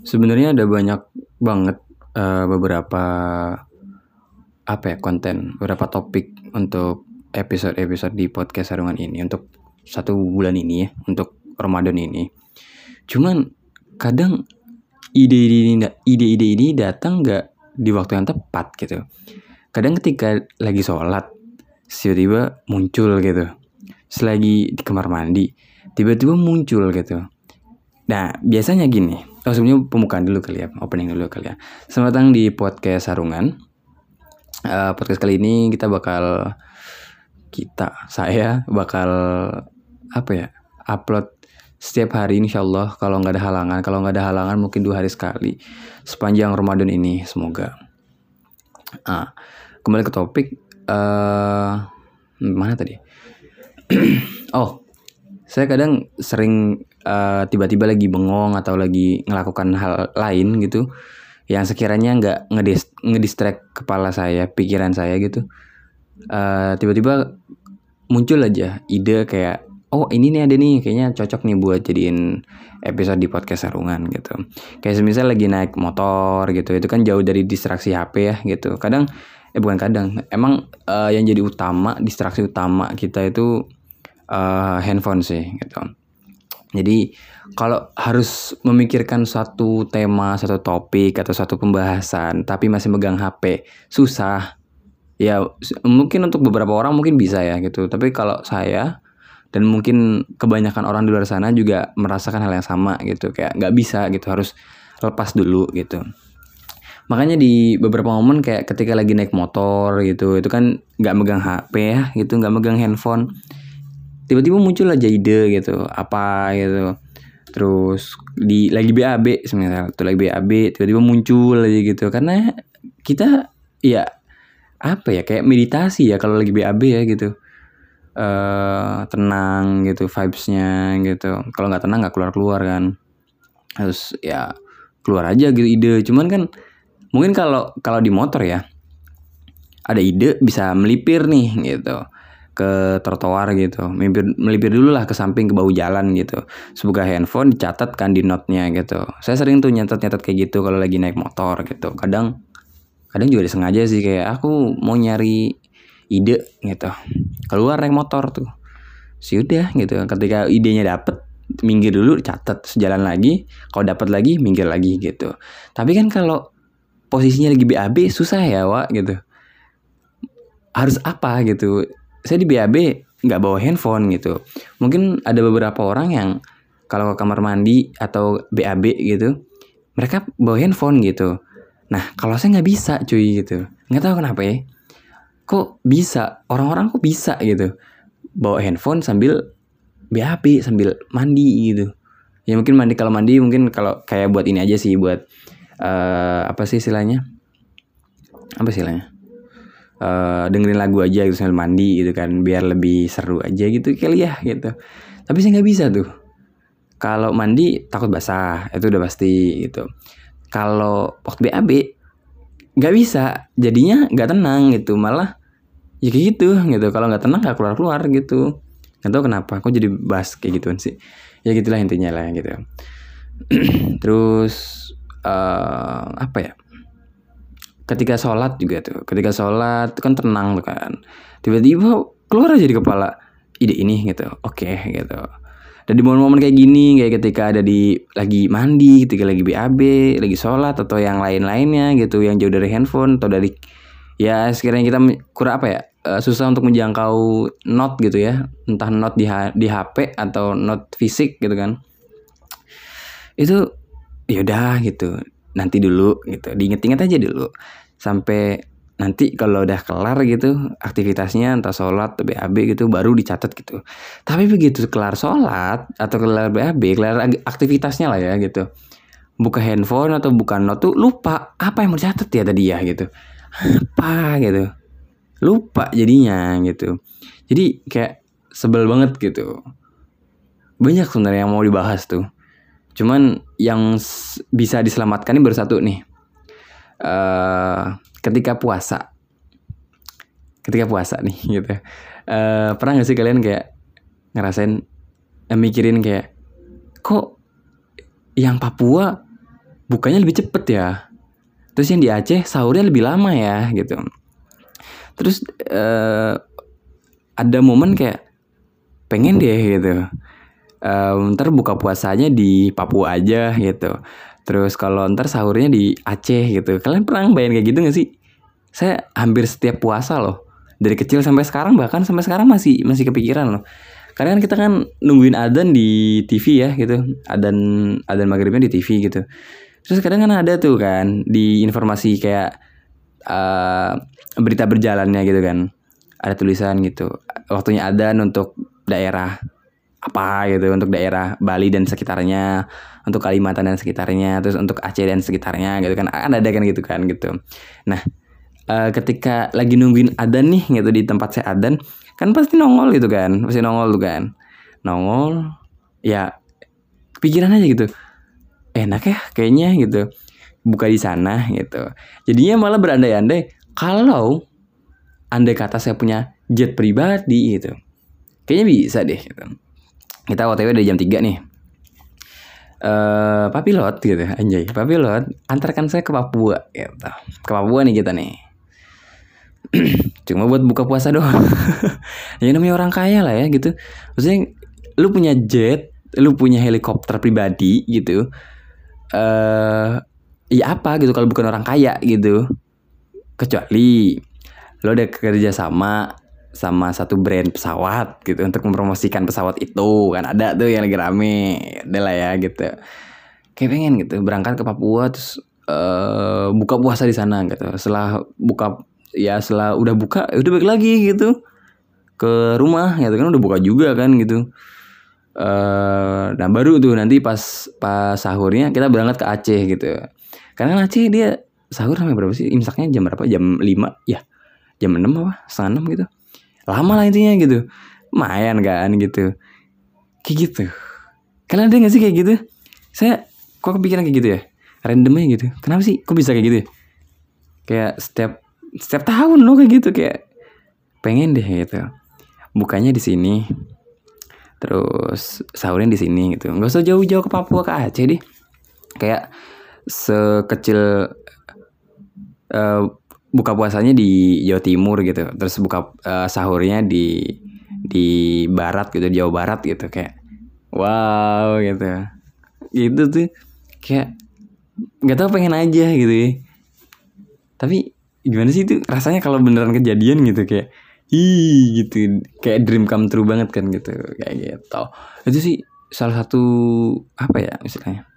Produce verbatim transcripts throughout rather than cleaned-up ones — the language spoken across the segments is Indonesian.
Sebenarnya ada banyak banget uh, beberapa apa ya konten, beberapa topik untuk episode-episode di podcast Sarungan ini untuk satu bulan ini ya, untuk Ramadan ini. Cuman kadang ide-ide ini, ide-ide ini datang nggak di waktu yang tepat gitu. Kadang ketika lagi sholat, tiba-tiba muncul gitu. Selagi di kamar mandi, tiba-tiba muncul gitu. Nah, biasanya gini. Oh, sebenarnya pembukaan dulu kali ya, opening dulu kali ya. Selamat datang di podcast Sarungan. Uh, podcast kali ini kita bakal kita, saya bakal apa ya? Upload setiap hari insyaallah kalau nggak ada halangan. Kalau nggak ada halangan mungkin dua hari sekali sepanjang Ramadan ini semoga. Ah, kembali ke topik. Uh, mana tadi? oh, saya kadang sering uh, tiba-tiba lagi bengong atau lagi ngelakukan hal lain gitu yang sekiranya nggak ngedis ngedistract kepala saya, pikiran saya gitu. Uh, tiba-tiba muncul aja ide kayak, oh ini nih ada nih kayaknya cocok nih buat jadiin episode di podcast Sarungan gitu. Kayak semisal lagi naik motor gitu, itu kan jauh dari distraksi H P ya gitu. Kadang, eh bukan kadang, emang uh, yang jadi utama, distraksi utama kita itu uh, handphone sih gitu. Jadi kalau harus memikirkan suatu tema, satu topik atau satu pembahasan tapi masih megang H P, susah. Ya mungkin untuk beberapa orang mungkin bisa ya gitu. Tapi kalau saya dan mungkin kebanyakan orang di luar sana juga merasakan hal yang sama gitu. Kayak nggak bisa gitu, harus lepas dulu gitu. Makanya di beberapa momen kayak ketika lagi naik motor gitu, itu kan nggak megang H P ya gitu, nggak megang handphone. Tiba-tiba muncul aja ide gitu, apa gitu. Terus di lagi B A B sebenarnya, tuh lagi B A B tiba-tiba muncul aja gitu. Karena kita ya apa ya, kayak meditasi ya kalau lagi B A B ya gitu. Uh, tenang gitu vibes-nya gitu. Kalau nggak tenang nggak keluar-keluar kan. Terus ya keluar aja gitu ide. Cuman kan mungkin kalau kalau di motor ya ada ide bisa melipir nih gitu ke trotoar gitu, melipir, melipir dulu lah ke samping, ke bahu jalan gitu. Sebuka handphone dicatat kan di note-nya gitu. Saya sering tuh nyatet-nyatet kayak gitu kalau lagi naik motor gitu. Kadang kadang juga disengaja sih, kayak aku mau nyari ide gitu, keluar naik motor tuh. Sudah gitu. Ketika idenya dapet, minggir dulu, catat, sejalan lagi. Kalau dapat lagi, minggir lagi gitu. Tapi kan kalau posisinya lagi B A B susah ya, Wak gitu. Harus apa gitu? Saya di B A B nggak bawa handphone gitu. Mungkin ada beberapa orang yang kalau ke kamar mandi atau B A B gitu, mereka bawa handphone gitu. Nah kalau saya nggak bisa cuy gitu. Nggak tahu kenapa ya. Kok bisa? Orang-orang kok bisa gitu bawa handphone sambil B A B, sambil mandi gitu. Ya mungkin mandi, kalau mandi mungkin kalau kayak buat ini aja sih, buat uh, apa sih istilahnya? Apa sih istilahnya? Uh, dengerin lagu aja gitu sambil mandi gitu kan, biar lebih seru aja gitu kali ya gitu. Tapi saya nggak bisa tuh. Kalau mandi takut basah, itu udah pasti gitu. Kalau waktu B A B nggak bisa, jadinya nggak tenang gitu, malah ya kayak gitu gitu. Kalau nggak tenang nggak keluar keluar gitu. Nggak tahu kenapa, kok jadi bahas kayak gituan sih. Ya gitulah intinya lah gitu. Terus uh, apa ya? Ketika sholat juga tuh, ketika sholat kan tenang tuh kan, tiba-tiba keluar aja di kepala ide ini gitu, oke okay, gitu. Dan di momen-momen kayak gini, kayak ketika ada di lagi mandi, ketika lagi B A B, lagi sholat atau yang lain-lainnya gitu, yang jauh dari handphone atau dari ya sekiranya kita kurang apa ya, uh, susah untuk menjangkau note gitu ya, entah note di di H P atau note fisik gitu kan, itu yaudah gitu. Nanti dulu gitu, diinget-inget aja dulu sampai nanti kalau udah kelar gitu aktivitasnya, entah sholat atau B A B gitu, baru dicatat gitu. Tapi begitu kelar sholat atau kelar B A B, kelar aktivitasnya lah ya gitu, buka handphone atau buka note tuh lupa apa yang mau dicatat ya tadi ya gitu, apa gitu, lupa jadinya gitu. Jadi kayak sebel banget gitu. Banyak sebenarnya yang mau dibahas tuh. Cuman yang bisa diselamatkan ini baru satu nih. Uh, ketika puasa. Ketika puasa nih gitu. Uh, pernah gak sih kalian kayak ngerasain, eh, mikirin kayak, kok yang Papua bukanya lebih cepet ya. Terus yang di Aceh sahurnya lebih lama ya gitu. Terus uh, ada momen kayak pengen deh gitu. Um, ntar buka puasanya di Papua aja gitu. Terus kalau ntar sahurnya di Aceh gitu. Kalian pernah bayangin kayak gitu gak sih? Saya hampir setiap puasa loh. Dari kecil sampai sekarang, bahkan sampai sekarang masih masih kepikiran loh. Karena kan kita kan nungguin adzan di T V ya gitu. Adzan adzan maghribnya di T V gitu. Terus kadang kan ada tuh kan di informasi kayak uh, berita berjalannya gitu kan. Ada tulisan gitu. Waktunya adzan untuk daerah apa gitu, untuk daerah Bali dan sekitarnya, untuk Kalimantan dan sekitarnya, terus untuk Aceh dan sekitarnya gitu kan. Kan ada kan gitu kan gitu. Nah, uh, ketika lagi nungguin adzan nih gitu di tempat saya adzan, kan pasti nongol gitu kan. Pasti nongol tuh kan. Nongol ya kepikiran aja gitu. Enak ya kayaknya gitu. Buka di sana gitu. Jadinya malah berandai-andai kalau andai kata saya punya jet pribadi gitu. Kayaknya bisa deh gitu. Kita O T W dari jam tiga nih. Uh, Pak pilot gitu, anjay. Pak pilot, antarkan saya ke Papua gitu. Ke Papua nih kita nih. Cuma buat buka puasa doang. Ya namanya orang kaya lah ya gitu. Maksudnya lu punya jet, lu punya helikopter pribadi gitu. Eh uh, ya apa gitu kalau bukan orang kaya gitu. Kecuali lo udah kerja sama sama satu brand pesawat gitu untuk mempromosikan pesawat itu, kan ada tuh yang lagi rame. Udah lah ya gitu. Kayak pengen gitu berangkat ke Papua terus uh, buka puasa di sana gitu. Setelah buka ya setelah udah buka udah balik lagi gitu ke rumah gitu kan, udah buka juga kan gitu. Uh, nah baru tuh nanti pas pas sahurnya kita berangkat ke Aceh gitu. Karena Aceh dia sahur sampai berapa sih? Imsaknya jam berapa? Jam lima ya. Jam enam apa? Setengah enam gitu. Lama lah intinya gitu. Lumayan kan gitu. Kayak gitu. Kalian ada gak sih kayak gitu? Saya kok kepikiran kayak gitu ya? Random aja gitu. Kenapa sih? Kok bisa kayak gitu ya? Kayak setiap setiap tahun loh kayak gitu, kayak pengen deh gitu. Bukanya di sini. Terus sahurnya di sini gitu. Enggak usah jauh-jauh ke Papua, ke Aceh deh. Kayak sekecil uh, buka puasanya di Jawa Timur gitu, terus buka uh, sahurnya di di Barat gitu, Jawa Barat gitu, kayak wow gitu, gitu tuh kayak nggak tahu pengen aja gitu ya. Tapi gimana sih itu rasanya kalau beneran kejadian gitu, kayak ih gitu, kayak dream come true banget kan gitu, kayak gitu. Itu sih salah satu apa ya istilahnya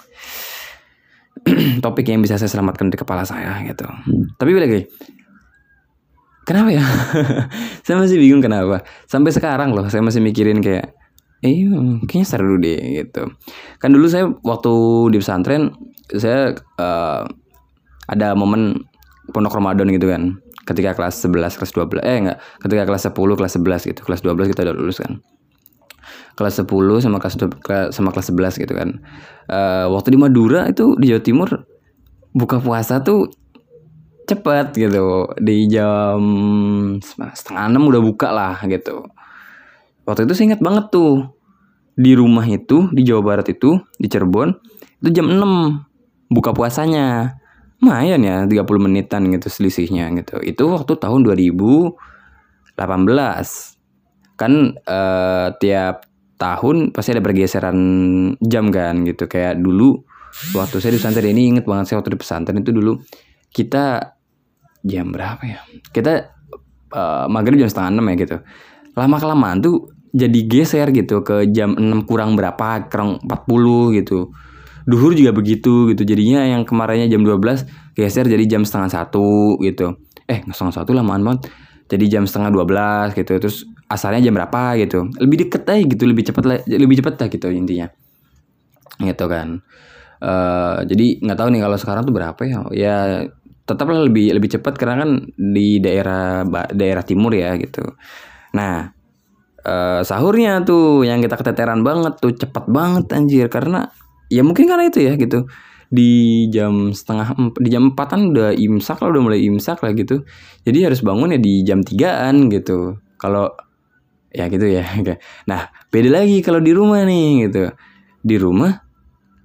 topik yang bisa saya selamatkan di kepala saya gitu. Tapi lagi, kenapa ya? Saya masih bingung kenapa. Sampai sekarang loh, saya masih mikirin kayak, eh kayaknya seru deh gitu. Kan dulu saya waktu di pesantren, saya uh, ada momen pondok Ramadan gitu kan. Ketika kelas sebelas, kelas dua belas, eh enggak, ketika kelas sepuluh, kelas sebelas gitu. Kelas dua belas kita udah lulus kan. Kelas sepuluh sama kelas sama kelas sebelas gitu kan. Uh, waktu di Madura itu di Jawa Timur buka puasa tuh cepet gitu. Di jam setengah enam udah buka lah gitu. Waktu itu saya ingat banget tuh. Di rumah itu, di Jawa Barat itu, di Cirebon, itu jam enam buka puasanya. Lumayan ya, tiga puluh menitan gitu selisihnya gitu. Itu waktu tahun dua ribu delapan belas. Kan uh, tiap tahun pasti ada pergeseran jam kan gitu. Kayak dulu waktu saya di pesantren ini, inget banget saya waktu di pesantren itu dulu kita jam berapa ya? Kita uh, maghrib jam setengah enam ya gitu. Lama kelamaan tuh jadi geser gitu ke jam enam kurang berapa, kurang empat puluh gitu. Duhur juga begitu gitu. Jadinya yang kemarinnya jam dua belas geser jadi jam setengah satu gitu. Eh setengah satu lamaan banget. Jadi jam setengah dua belas gitu. Terus asalnya jam berapa gitu. Lebih deket aja gitu. Lebih cepat lebih cepat lah gitu intinya. Gitu kan. Uh, jadi nggak tahu nih kalau sekarang tuh berapa ya. Ya tetaplah lebih lebih cepat karena kan di daerah daerah timur ya gitu. Nah uh, sahurnya tuh yang kita keteteran banget tuh, cepat banget anjir. Karena ya mungkin karena itu ya gitu. Di jam setengah di jam empatan udah imsak lah, udah mulai imsak lah gitu. Jadi harus bangun ya di jam tigaan gitu. Kalau ya gitu ya. Nah beda lagi kalau di rumah nih gitu. Di rumah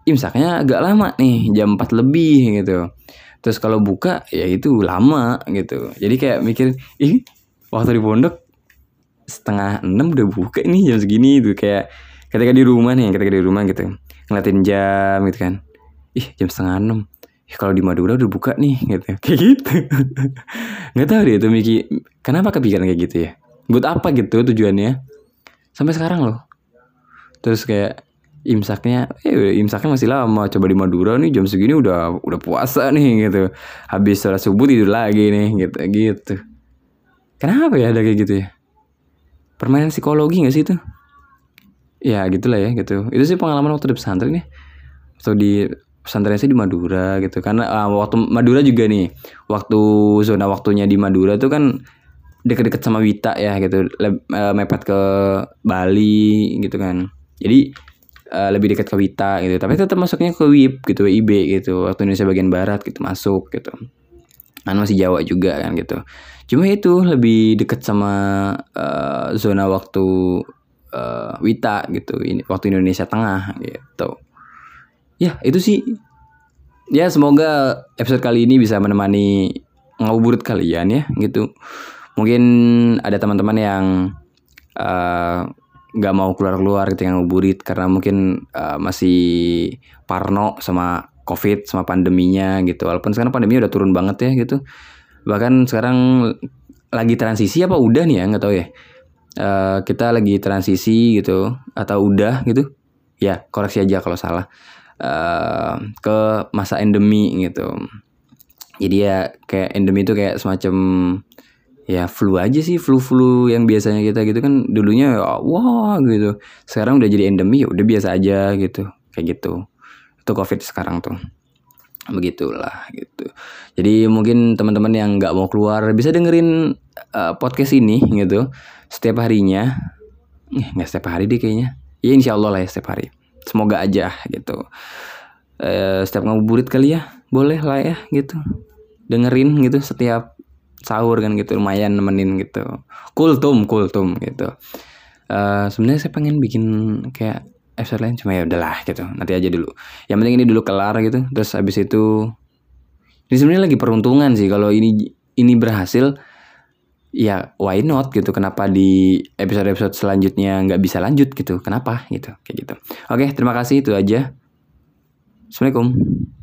imsaknya agak lama nih, jam empat lebih gitu. Terus kalau buka ya itu lama gitu. Jadi kayak mikir, ih waktu di pondok setengah enam udah buka nih jam segini gitu. Kayak ketika di rumah nih, ketika di rumah gitu, ngeliatin jam gitu kan. Ih jam setengah enam. Ih kalau di Madura udah buka nih gitu. Kayak gitu. Nggak tahu deh itu mikir, kenapa kepikiran kayak gitu ya? Buat apa gitu tujuannya? Sampai sekarang loh. Terus kayak imsaknya, eh imsaknya masih lama. Coba di Madura nih jam segini udah udah puasa nih gitu. Habis sholat subuh tidur lagi nih gitu gitu. Kenapa ya ada kayak gitu ya? Permainan psikologi nggak sih itu? Ya gitulah ya gitu. Itu sih pengalaman waktu di pesantren ya. Waktu di pesantren sih di Madura gitu. Karena uh, waktu Madura juga nih, waktu zona waktunya di Madura tuh kan deket-deket sama Wita ya gitu. Leb, uh, mepet ke Bali gitu kan. Jadi uh, lebih dekat ke Wita gitu. Tapi tetap masuknya ke W I B gitu, W I B gitu. Waktu Indonesia bagian barat gitu masuk gitu. Kan masih Jawa juga kan gitu. Cuma itu lebih dekat sama uh, zona waktu uh, Wita gitu. Ini waktu Indonesia Tengah gitu. Ya itu sih. Ya semoga episode kali ini bisa menemani ngabuburit kalian ya gitu. Mungkin ada teman-teman yang uh, gak mau keluar-keluar ketika ngabuburit karena mungkin uh, masih parno sama COVID, sama pandeminya gitu. Walaupun sekarang pandemi udah turun banget ya gitu. Bahkan sekarang lagi transisi apa udah nih ya, nggak tahu ya. Uh, kita lagi transisi gitu atau udah gitu. Ya koreksi aja kalau salah. Uh, ke masa endemi gitu. Jadi ya kayak endemi itu kayak semacam ya flu aja sih, flu-flu yang biasanya kita gitu kan dulunya ya, wah gitu. Sekarang udah jadi endemi ya udah biasa aja gitu. Kayak gitu. Itu COVID sekarang tuh. Begitulah gitu. Jadi mungkin teman-teman yang nggak mau keluar bisa dengerin uh, podcast ini gitu setiap harinya. Eh, nggak setiap hari deh kayaknya. Ya insya Allah lah ya setiap hari. Semoga aja gitu. Uh, setiap ngabuburit kali ya, boleh lah ya gitu. Dengerin gitu setiap sahur kan gitu, lumayan nemenin gitu. Kultum, kultum gitu. Uh, sebenarnya saya pengen bikin kayak episode lain cuma ya udahlah gitu, nanti aja dulu. Yang penting ini dulu kelar gitu. Terus habis itu ini sebenarnya lagi peruntungan sih kalau ini ini berhasil. Ya why not gitu, kenapa di episode-episode selanjutnya nggak bisa lanjut gitu, kenapa gitu, kayak gitu. Oke, terima kasih, itu aja. Assalamualaikum.